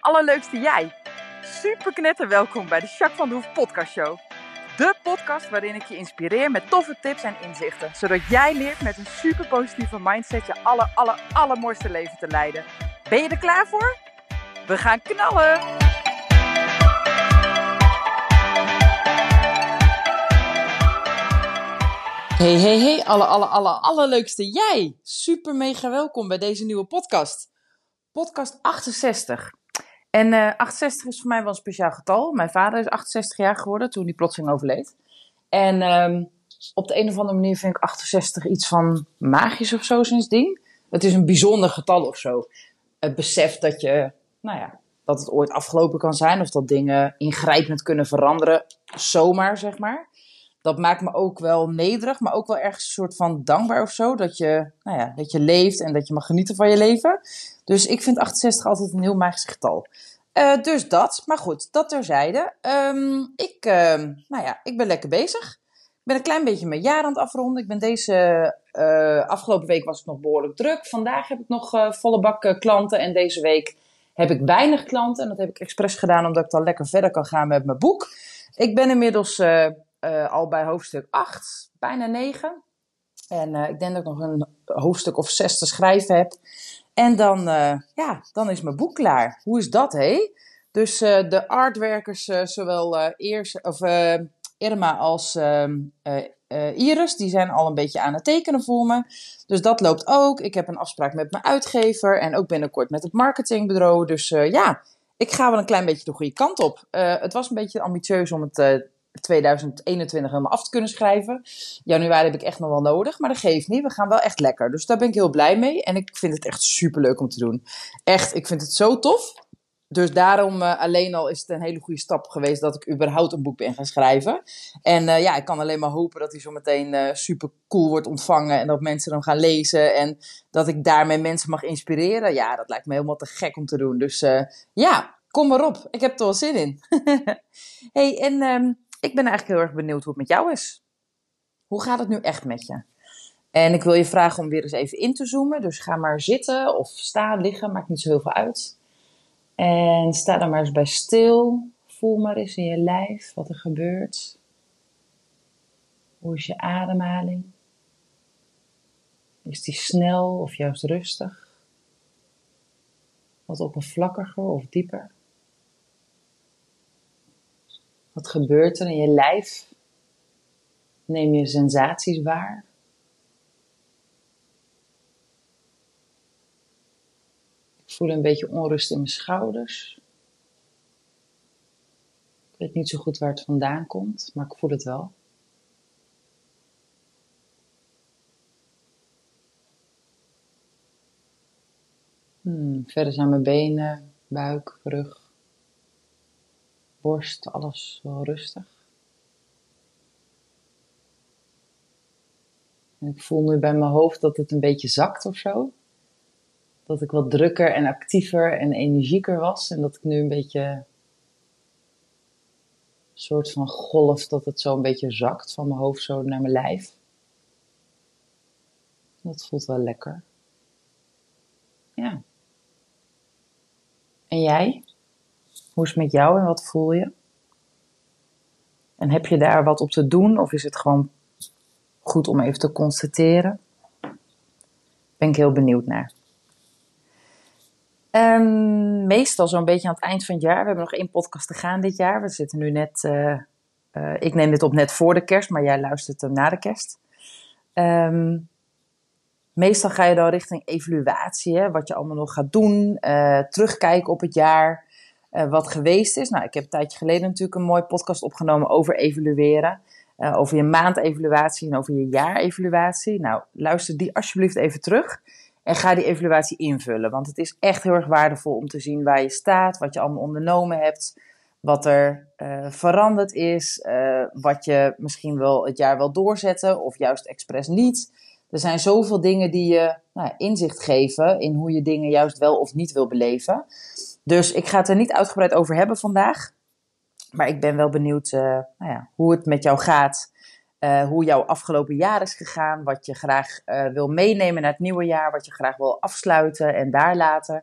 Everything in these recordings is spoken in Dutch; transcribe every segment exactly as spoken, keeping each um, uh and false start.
allerleukste jij. Super knetter welkom bij de Jacques van de Hoef podcast show. De podcast waarin ik je inspireer met toffe tips en inzichten. Zodat jij leert met een super positieve mindset je aller, aller, allermooiste leven te leiden. Ben je er klaar voor? We gaan knallen! Hey, hey, hey, alle, alle, alle, allerleukste jij. Super mega welkom bij deze nieuwe podcast. Podcast achtenzestig. En uh, achtenzestig is voor mij wel een speciaal getal. Mijn vader is achtenzestig jaar geworden toen hij plotseling overleed. En um, op de een of andere manier vind ik achtenzestig iets van magisch of zo sindsdien. Het is een bijzonder getal of zo. Het besef dat je, nou ja, dat het ooit afgelopen kan zijn. Of dat dingen ingrijpend kunnen veranderen. Zomaar, zeg maar. Dat maakt me ook wel nederig, maar ook wel ergens een soort van dankbaar of zo. Dat je, nou ja, dat je leeft en dat je mag genieten van je leven. Dus ik vind achtenzestig altijd een heel magisch getal. Uh, dus dat, maar goed, dat terzijde. Um, ik, uh, nou ja, ik ben lekker bezig. Ik ben een klein beetje mijn jaar aan het afronden. Ik ben deze, uh, afgelopen week was ik nog behoorlijk druk. Vandaag heb ik nog uh, volle bak uh, klanten en deze week heb ik weinig klanten. En dat heb ik expres gedaan omdat ik dan lekker verder kan gaan met mijn boek. Ik ben inmiddels uh, uh, al bij hoofdstuk acht, bijna negen. En uh, ik denk dat ik nog een hoofdstuk of zes te schrijven heb. En dan, uh, ja, dan is mijn boek klaar. Hoe is dat, hé? Dus uh, de artwerkers, uh, zowel uh, Iers, of, uh, Irma als uh, uh, uh, Iris, die zijn al een beetje aan het tekenen voor me. Dus dat loopt ook. Ik heb een afspraak met mijn uitgever en ook binnenkort met het marketingbureau. Dus uh, ja, ik ga wel een klein beetje de goede kant op. Uh, het was een beetje ambitieus om het uh, tweeduizend eenentwintig helemaal af te kunnen schrijven. Januari heb ik echt nog wel nodig, maar dat geeft niet. We gaan wel echt lekker. Dus daar ben ik heel blij mee. En ik vind het echt superleuk om te doen. Echt, ik vind het zo tof. Dus daarom uh, alleen al is het een hele goede stap geweest dat ik überhaupt een boek ben gaan schrijven. En uh, ja, ik kan alleen maar hopen dat hij zo meteen uh, super cool wordt ontvangen. En dat mensen hem gaan lezen. En dat ik daarmee mensen mag inspireren. Ja, dat lijkt me helemaal te gek om te doen. Dus uh, ja, kom maar op. Ik heb er wel zin in. Hey, en um, ik ben eigenlijk heel erg benieuwd hoe het met jou is. Hoe gaat het nu echt met je? En ik wil je vragen om weer eens even in te zoomen. Dus ga maar zitten of staan, liggen. Maakt niet zo heel veel uit. En sta dan maar eens bij stil. Voel maar eens in je lijf wat er gebeurt. Hoe is je ademhaling? Is die snel of juist rustig? Wat oppervlakkiger of dieper? Wat gebeurt er in je lijf? Neem je sensaties waar? Ik voel een beetje onrust in mijn schouders. Ik weet niet zo goed waar het vandaan komt, maar ik voel het wel. Hmm, verder zijn mijn benen, buik, rug, borst, alles wel rustig. En ik voel nu bij mijn hoofd dat het een beetje zakt of zo. Dat ik wat drukker en actiever en energieker was. En dat ik nu een beetje een soort van golf, dat het zo een beetje zakt van mijn hoofd zo naar mijn lijf. Dat voelt wel lekker. Ja. En jij? Hoe is het met jou en wat voel je? En heb je daar wat op te doen of is het gewoon goed om even te constateren? Ben ik heel benieuwd naar. Um, meestal zo'n beetje aan het eind van het jaar. We hebben nog één podcast te gaan dit jaar. We zitten nu net... Uh, uh, ik neem dit op net voor de kerst, maar jij luistert hem na de kerst. Um, meestal ga je dan richting evaluatie. Hè, wat je allemaal nog gaat doen. Uh, terugkijken op het jaar. Uh, wat geweest is. Nou, ik heb een tijdje geleden natuurlijk een mooie podcast opgenomen over evalueren. Uh, over je maandevaluatie en over je jaarevaluatie. Nou, luister die alsjeblieft even terug. En ga die evaluatie invullen. Want het is echt heel erg waardevol om te zien waar je staat. Wat je allemaal ondernomen hebt. Wat er uh, veranderd is. Uh, wat je misschien wel het jaar wil doorzetten. Of juist expres niet. Er zijn zoveel dingen die je nou, inzicht geven. In hoe je dingen juist wel of niet wil beleven. Dus ik ga het er niet uitgebreid over hebben vandaag. Maar ik ben wel benieuwd uh, nou ja, hoe het met jou gaat. Uh, hoe jouw afgelopen jaar is gegaan. Wat je graag uh, wil meenemen naar het nieuwe jaar. Wat je graag wil afsluiten en daar laten.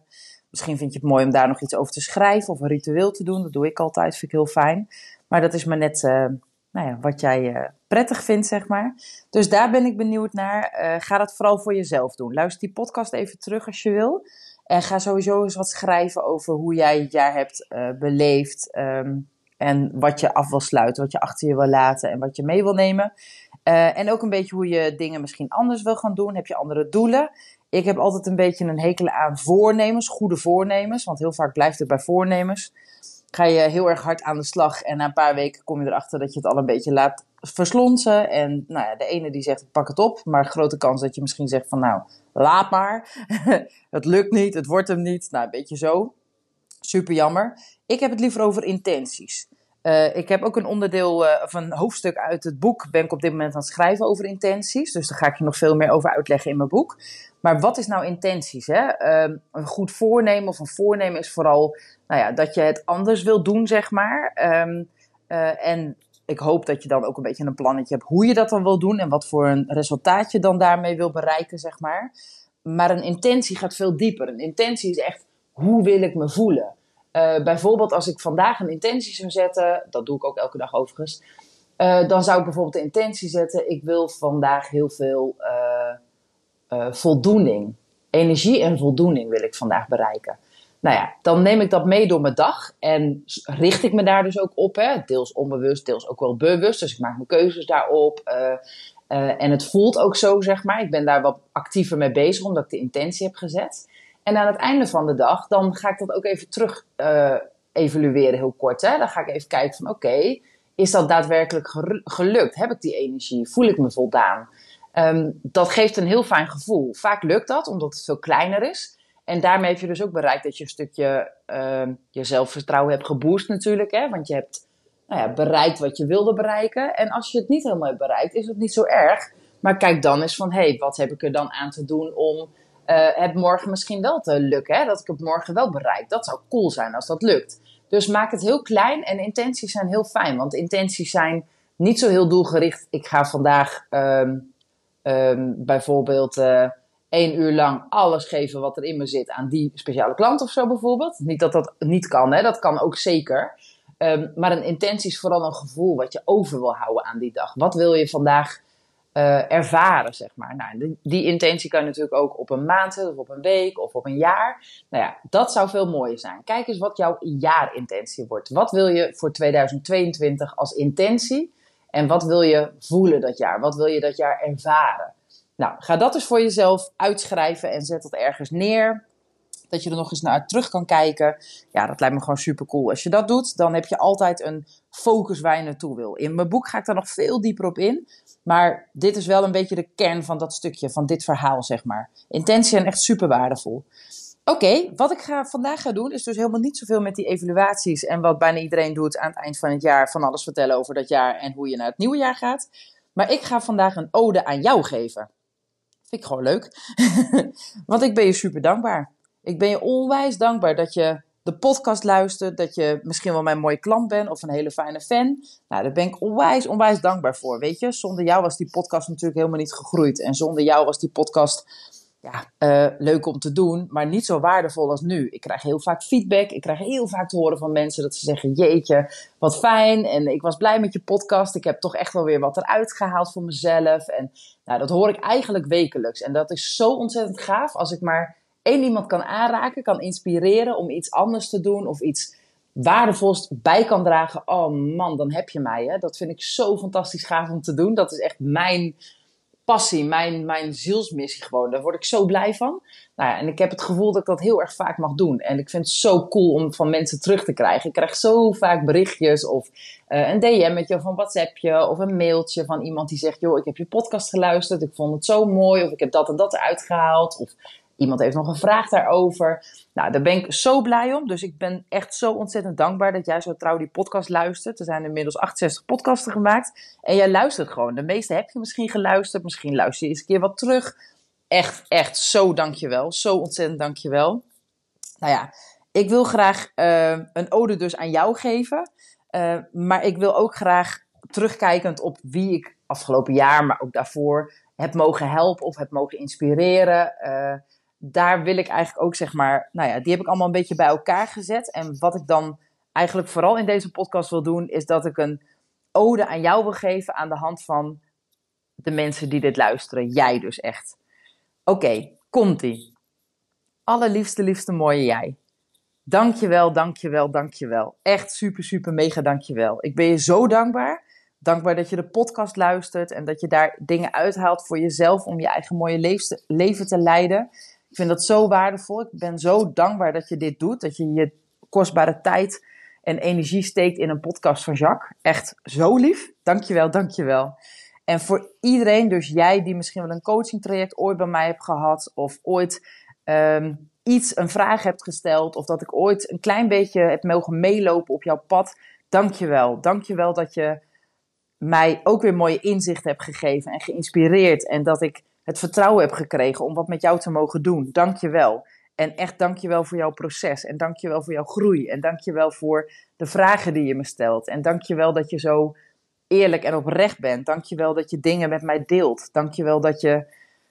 misschien vind je het mooi om daar nog iets over te schrijven of een ritueel te doen. Dat doe ik altijd, vind ik heel fijn. Maar dat is maar net uh, nou ja, wat jij uh, prettig vindt, zeg maar. Dus daar ben ik benieuwd naar. Uh, ga dat vooral voor jezelf doen. Luister die podcast even terug als je wil. En ga sowieso eens wat schrijven over hoe jij het jaar hebt uh, beleefd. Um, en wat je af wil sluiten, wat je achter je wil laten en wat je mee wil nemen. Uh, en ook een beetje hoe je dingen misschien anders wil gaan doen. Heb je andere doelen? Ik heb altijd een beetje een hekel aan voornemens, goede voornemens. Want heel vaak blijft het bij voornemens. Ga je heel erg hard aan de slag en na een paar weken kom je erachter dat je het al een beetje laat verslonsen. En nou ja, de ene die zegt pak het op, maar grote kans dat je misschien zegt van nou, laat maar. Het lukt niet, het wordt hem niet. Nou, een beetje zo. Super jammer. Ik heb het liever over intenties. Uh, ik heb ook een onderdeel uh, of een hoofdstuk uit het boek, ben ik op dit moment aan het schrijven over intenties. Dus daar ga ik je nog veel meer over uitleggen in mijn boek. Maar wat is nou intenties? Hè? Uh, een goed voornemen of een voornemen is vooral nou ja, dat je het anders wil doen, zeg maar. Um, uh, en ik hoop dat je dan ook een beetje een plannetje hebt hoe je dat dan wil doen en wat voor een resultaat je dan daarmee wil bereiken, zeg maar. Maar een intentie gaat veel dieper. Een intentie is echt, hoe wil ik me voelen? Uh, bijvoorbeeld als ik vandaag een intentie zou zetten, dat doe ik ook elke dag overigens, uh, dan zou ik bijvoorbeeld de intentie zetten, ik wil vandaag heel veel uh, uh, voldoening, energie en voldoening wil ik vandaag bereiken. Nou ja, dan neem ik dat mee door mijn dag en richt ik me daar dus ook op, hè? Deels onbewust, deels ook wel bewust, dus ik maak mijn keuzes daarop. Uh, uh, en het voelt ook zo, zeg maar, ik ben daar wat actiever mee bezig omdat ik de intentie heb gezet. En aan het einde van de dag, dan ga ik dat ook even terug uh, evalueren, heel kort. Hè? Dan ga ik even kijken van, oké, okay, is dat daadwerkelijk gelukt? Heb ik die energie? Voel ik me voldaan? Um, dat geeft een heel fijn gevoel. Vaak lukt dat, omdat het veel kleiner is. En daarmee heb je dus ook bereikt dat je een stukje uh, je zelfvertrouwen hebt geboost natuurlijk. Hè? Want je hebt nou ja, bereikt wat je wilde bereiken. En als je het niet helemaal hebt bereikt, is het niet zo erg. Maar kijk dan eens van, hé, hey, wat heb ik er dan aan te doen om Uh, het morgen misschien wel te lukken. Hè? Dat ik het morgen wel bereik. Dat zou cool zijn als dat lukt. Dus maak het heel klein en intenties zijn heel fijn. Want intenties zijn niet zo heel doelgericht. Ik ga vandaag um, um, bijvoorbeeld uh, één uur lang alles geven wat er in me zit aan die speciale klant of zo bijvoorbeeld. Niet dat dat niet kan, hè? Dat kan ook zeker. Um, maar een intentie is vooral een gevoel wat je over wil houden aan die dag. Wat wil je vandaag Uh, ervaren, zeg maar. Nou, die, die intentie kan je natuurlijk ook op een maand zetten, of op een week, of op een jaar. Nou ja, dat zou veel mooier zijn. Kijk eens wat jouw jaarintentie wordt. Wat wil je voor tweeduizend tweeëntwintig als intentie? En wat wil je voelen dat jaar? Wat wil je dat jaar ervaren? Nou, ga dat eens voor jezelf uitschrijven en zet dat ergens neer. Dat je er nog eens naar terug kan kijken. Ja, dat lijkt me gewoon super cool. Als je dat doet, dan heb je altijd een focus waar je naartoe wil. In mijn boek ga ik daar nog veel dieper op in. Maar dit is wel een beetje de kern van dat stukje, van dit verhaal, zeg maar. Intenties zijn echt super waardevol. Oké, okay, wat ik ga, vandaag ga doen is dus helemaal niet zoveel met die evaluaties en wat bijna iedereen doet aan het eind van het jaar, van alles vertellen over dat jaar en hoe je naar het nieuwe jaar gaat. Maar ik ga vandaag een ode aan jou geven. Vind ik gewoon leuk. Want ik ben je super dankbaar. Ik ben je onwijs dankbaar dat je de podcast luistert, dat je misschien wel mijn mooie klant bent of een hele fijne fan. Nou, daar ben ik onwijs, onwijs dankbaar voor, weet je. Zonder jou was die podcast natuurlijk helemaal niet gegroeid. En zonder jou was die podcast ja, uh, leuk om te doen, maar niet zo waardevol als nu. Ik krijg heel vaak feedback. Ik krijg heel vaak te horen van mensen dat ze zeggen, jeetje, wat fijn. En ik was blij met je podcast. Ik heb toch echt wel weer wat eruit gehaald voor mezelf. En nou, dat hoor ik eigenlijk wekelijks. En dat is zo ontzettend gaaf als ik maar één iemand kan aanraken, kan inspireren om iets anders te doen of iets waardevols bij kan dragen. Oh man, dan heb je mij. Hè? Dat vind ik zo fantastisch gaaf om te doen. Dat is echt mijn passie, mijn, mijn zielsmissie gewoon. Daar word ik zo blij van. Nou ja, en ik heb het gevoel dat ik dat heel erg vaak mag doen. En ik vind het zo cool om van mensen terug te krijgen. Ik krijg zo vaak berichtjes of uh, een D M'tje of een WhatsAppje of een mailtje van iemand die zegt, joh, ik heb je podcast geluisterd, ik vond het zo mooi of ik heb dat en dat eruit gehaald of iemand heeft nog een vraag daarover. Nou, daar ben ik zo blij om. Dus ik ben echt zo ontzettend dankbaar dat jij zo trouw die podcast luistert. Er zijn inmiddels achtenzestig podcasten gemaakt. En jij luistert gewoon. De meeste heb je misschien geluisterd. Misschien luister je eens een keer wat terug. Echt, echt zo dankjewel. Zo ontzettend dankjewel. Nou ja, ik wil graag uh, een ode dus aan jou geven. Uh, maar ik wil ook graag terugkijkend op wie ik afgelopen jaar, maar ook daarvoor, heb mogen helpen of heb mogen inspireren. Uh, daar wil ik eigenlijk ook, zeg maar, nou ja, die heb ik allemaal een beetje bij elkaar gezet. En wat ik dan eigenlijk vooral in deze podcast wil doen, is dat ik een ode aan jou wil geven aan de hand van de mensen die dit luisteren. Jij dus echt. Oké, okay, komt-ie. Allerliefste, liefste mooie jij. Dankjewel, dankjewel, dankjewel. Echt super, super mega dankjewel. Ik ben je zo dankbaar. Dankbaar dat je de podcast luistert en dat je daar dingen uithaalt voor jezelf om je eigen mooie leven te leiden. Ik vind dat zo waardevol. Ik ben zo dankbaar dat je dit doet. Dat je je kostbare tijd en energie steekt in een podcast van Jacques. Echt zo lief. Dankjewel, dankjewel. En voor iedereen, dus jij die misschien wel een coachingtraject ooit bij mij hebt gehad. Of ooit um, iets, een vraag hebt gesteld. Of dat ik ooit een klein beetje heb mogen meelopen op jouw pad. Dankjewel. Dankjewel dat je mij ook weer mooie inzichten hebt gegeven en geïnspireerd. En dat ik het vertrouwen heb gekregen om wat met jou te mogen doen. Dankjewel. En echt dankjewel voor jouw proces. En dankjewel voor jouw groei. En dankjewel voor de vragen die je me stelt. En dankjewel dat je zo eerlijk en oprecht bent. Dankjewel dat je dingen met mij deelt. Dankjewel dat je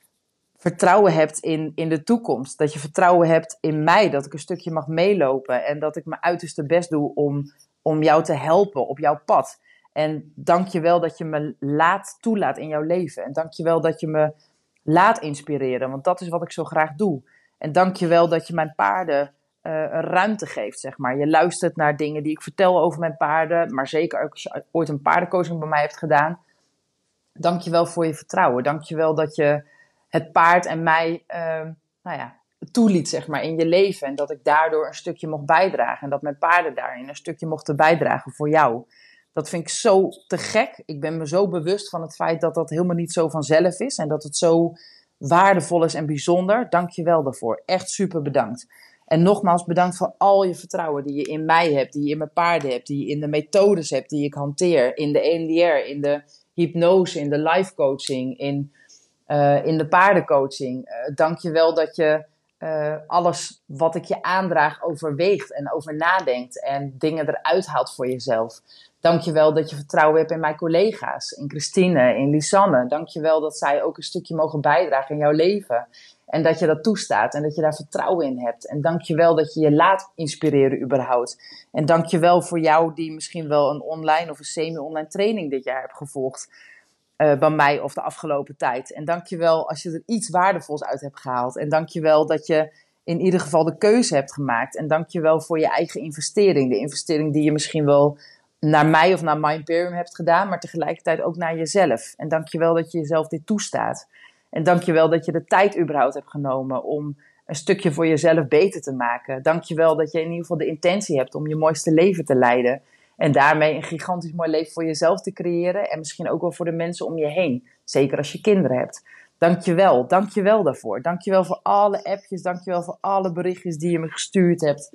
vertrouwen hebt in, in de toekomst. Dat je vertrouwen hebt in mij. Dat ik een stukje mag meelopen. En dat ik mijn uiterste best doe om, om jou te helpen op jouw pad. En dankjewel dat je me laat toelaat in jouw leven. En dankjewel dat je me laat inspireren. Want dat is wat ik zo graag doe. En dankjewel dat je mijn paarden uh, een ruimte geeft, zeg maar. Je luistert naar dingen die ik vertel over mijn paarden. Maar zeker ook als je ooit een paardencoaching bij mij hebt gedaan. Dankjewel voor je vertrouwen. Dankjewel dat je het paard en mij uh, nou ja, toeliet, zeg maar, in je leven. En dat ik daardoor een stukje mocht bijdragen. En dat mijn paarden daarin een stukje mochten bijdragen voor jou. Dat vind ik zo te gek. Ik ben me zo bewust van het feit dat dat helemaal niet zo vanzelf is. En dat het zo waardevol is en bijzonder. Dank je wel daarvoor. Echt super bedankt. En nogmaals bedankt voor al je vertrouwen die je in mij hebt. Die je in mijn paarden hebt. Die je in de methodes hebt die ik hanteer. In de E M D R, in de hypnose, in de life coaching, in, uh, in de paardencoaching. Uh, dank je wel dat je uh, alles wat ik je aandraag overweegt en over nadenkt. En dingen eruit haalt voor jezelf. Dankjewel dat je vertrouwen hebt in mijn collega's, in Christine, in Lisanne. Dankjewel dat zij ook een stukje mogen bijdragen in jouw leven. En dat je dat toestaat en dat je daar vertrouwen in hebt. En dankjewel dat je je laat inspireren überhaupt. En dankjewel voor jou die misschien wel een online of een semi-online training dit jaar hebt gevolgd. Uh, bij mij of de afgelopen tijd. En dankjewel als je er iets waardevols uit hebt gehaald. En dankjewel dat je in ieder geval de keuze hebt gemaakt. En dankjewel voor je eigen investering. De investering die je misschien wel naar mij of naar Mindperium hebt gedaan, maar tegelijkertijd ook naar jezelf. En dankjewel dat je jezelf dit toestaat. En dankjewel dat je de tijd überhaupt hebt genomen om een stukje voor jezelf beter te maken. Dankjewel dat je in ieder geval de intentie hebt om je mooiste leven te leiden. En daarmee een gigantisch mooi leven voor jezelf te creëren. En misschien ook wel voor de mensen om je heen. Zeker als je kinderen hebt. Dankjewel, dankjewel daarvoor. Dankjewel voor alle appjes, dankjewel voor alle berichtjes die je me gestuurd hebt.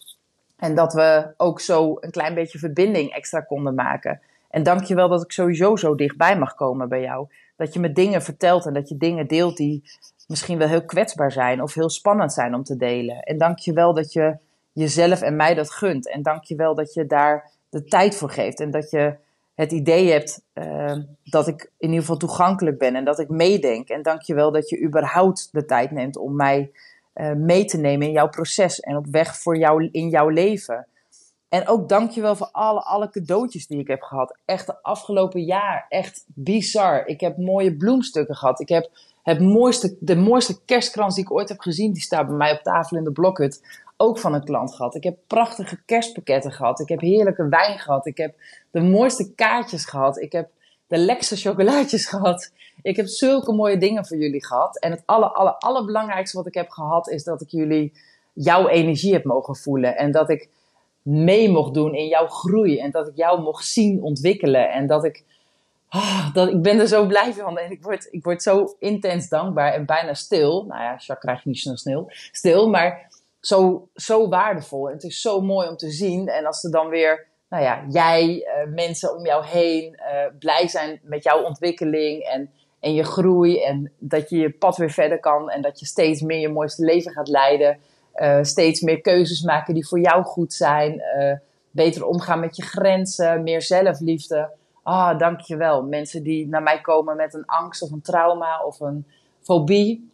En dat we ook zo een klein beetje verbinding extra konden maken. En dankjewel dat ik sowieso zo dichtbij mag komen bij jou. Dat je me dingen vertelt en dat je dingen deelt die misschien wel heel kwetsbaar zijn of heel spannend zijn om te delen. En dankjewel dat je jezelf en mij dat gunt. En dankjewel dat je daar de tijd voor geeft. En dat je het idee hebt uh, dat ik in ieder geval toegankelijk ben en dat ik meedenk. En dankjewel dat je überhaupt de tijd neemt om mij Uh, mee te nemen in jouw proces en op weg voor jou in jouw leven. En ook dankjewel voor alle, alle cadeautjes die ik heb gehad. Echt de afgelopen jaar. Echt bizar. Ik heb mooie bloemstukken gehad. Ik heb het mooiste, de mooiste kerstkrans die ik ooit heb gezien. Die staat bij mij op tafel in de Blokhut. Ook van een klant gehad. Ik heb prachtige kerstpakketten gehad. Ik heb heerlijke wijn gehad. Ik heb de mooiste kaartjes gehad. Ik heb de lekkerste chocolaatjes gehad. Ik heb zulke mooie dingen voor jullie gehad. En het aller, aller, allerbelangrijkste wat ik heb gehad is dat ik jullie jouw energie heb mogen voelen. En dat ik mee mocht doen in jouw groei. En dat ik jou mocht zien ontwikkelen. En dat ik... Oh, dat, ik ben er zo blij van. En ik word, ik word zo intens dankbaar en bijna stil. Nou ja, Jacques krijg je niet snel stil. Stil, maar zo, zo waardevol. En het is zo mooi om te zien. En als er dan weer... Nou ja, jij, uh, mensen om jou heen, uh, blij zijn met jouw ontwikkeling en, en je groei. En dat je je pad weer verder kan en dat je steeds meer je mooiste leven gaat leiden. Uh, steeds meer keuzes maken die voor jou goed zijn. Uh, beter omgaan met je grenzen, meer zelfliefde. Ah, dankjewel. Mensen die naar mij komen met een angst of een trauma of een fobie.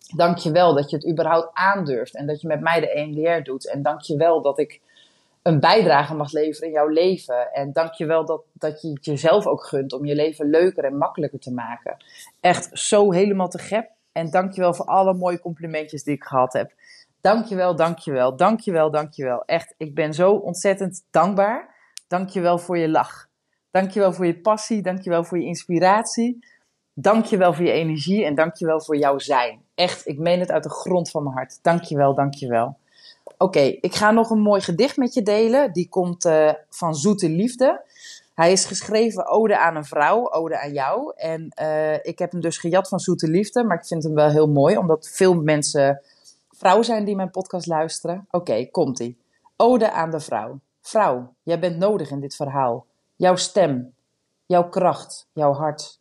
Dank je wel dat je het überhaupt aandurft en dat je met mij de E M D R doet. En dank je wel dat ik een bijdrage mag leveren in jouw leven. En dank je wel dat, dat je het jezelf ook gunt om je leven leuker en makkelijker te maken. Echt zo helemaal te gek. En dank je wel voor alle mooie complimentjes die ik gehad heb. Dank je wel, dank je wel, dank je wel, dank je wel. Echt, ik ben zo ontzettend dankbaar. Dank je wel voor je lach. Dank je wel voor je passie. Dank je wel voor je inspiratie. Dank je wel voor je energie en dank je wel voor jouw zijn. Echt, ik meen het uit de grond van mijn hart. Dank je wel, dank je wel. Oké, okay, ik ga nog een mooi gedicht met je delen. Die komt uh, van Zoete Liefde. Hij is geschreven ode aan een vrouw, ode aan jou. En uh, ik heb hem dus gejat van Zoete Liefde, maar ik vind hem wel heel mooi, omdat veel mensen vrouw zijn die mijn podcast luisteren. Oké, okay, komt-ie. Ode aan de vrouw. Vrouw, jij bent nodig in dit verhaal. Jouw stem, jouw kracht, jouw hart.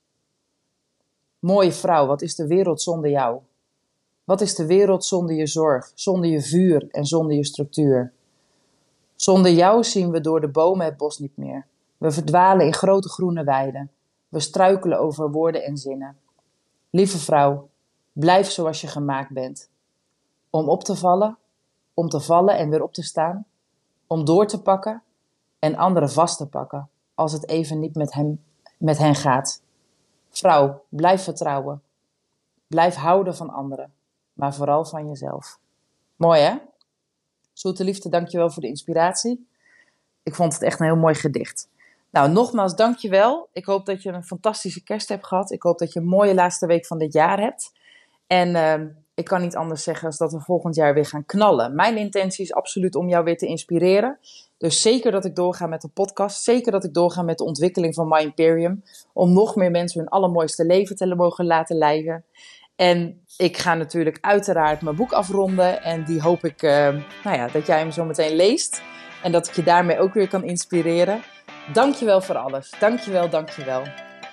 Mooie vrouw, wat is de wereld zonder jou? Wat is de wereld zonder je zorg, zonder je vuur en zonder je structuur? Zonder jou zien we door de bomen het bos niet meer. We verdwalen in grote groene weiden. We struikelen over woorden en zinnen. Lieve vrouw, blijf zoals je gemaakt bent. Om op te vallen, om te vallen en weer op te staan. Om door te pakken en anderen vast te pakken, als het even niet met, hem, met hen gaat. Vrouw, blijf vertrouwen. Blijf houden van anderen, maar vooral van jezelf. Mooi hè? Zoete Liefde, dankjewel voor de inspiratie. Ik vond het echt een heel mooi gedicht. Nou, nogmaals dankjewel. Ik hoop dat je een fantastische kerst hebt gehad. Ik hoop dat je een mooie laatste week van dit jaar hebt. En uh, ik kan niet anders zeggen dan dat we volgend jaar weer gaan knallen. Mijn intentie is absoluut om jou weer te inspireren. Dus zeker dat ik doorga met de podcast. Zeker dat ik doorga met de ontwikkeling van My Imperium. Om nog meer mensen hun allermooiste leven te mogen laten leiden. En ik ga natuurlijk uiteraard mijn boek afronden. En die hoop ik uh, nou ja, dat jij hem zo meteen leest. En dat ik je daarmee ook weer kan inspireren. Dankjewel voor alles. Dankjewel, dankjewel.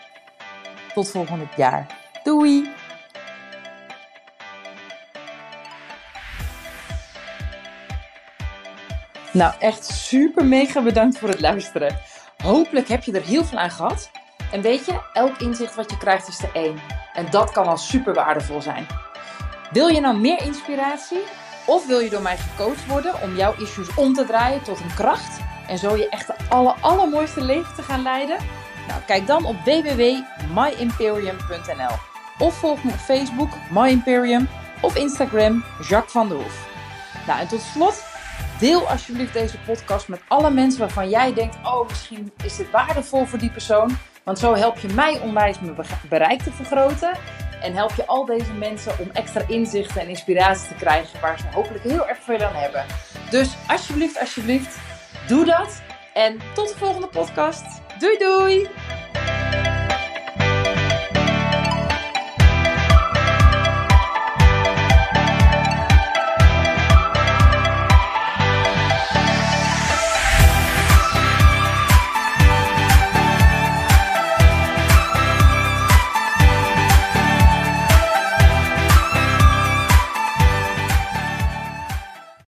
Tot volgend jaar. Doei! Nou, echt super mega bedankt voor het luisteren. Hopelijk heb je er heel veel aan gehad. En weet je, elk inzicht wat je krijgt is er één. En dat kan al super waardevol zijn. Wil je nou meer inspiratie? Of wil je door mij gecoacht worden om jouw issues om te draaien tot een kracht? En zo je echt de aller, allermooiste leven te gaan leiden? Nou, kijk dan op w w w punt my imperium punt n l. Of volg me op Facebook, My Imperium. Of Instagram, Jacques van der Hoef. Nou, en tot slot, deel alsjeblieft deze podcast met alle mensen waarvan jij denkt, oh, misschien is dit waardevol voor die persoon. Want zo help je mij onwijs mijn bereik te vergroten. En help je al deze mensen om extra inzichten en inspiratie te krijgen waar ze hopelijk heel erg veel aan hebben. Dus alsjeblieft, alsjeblieft, doe dat. En tot de volgende podcast. Doei doei!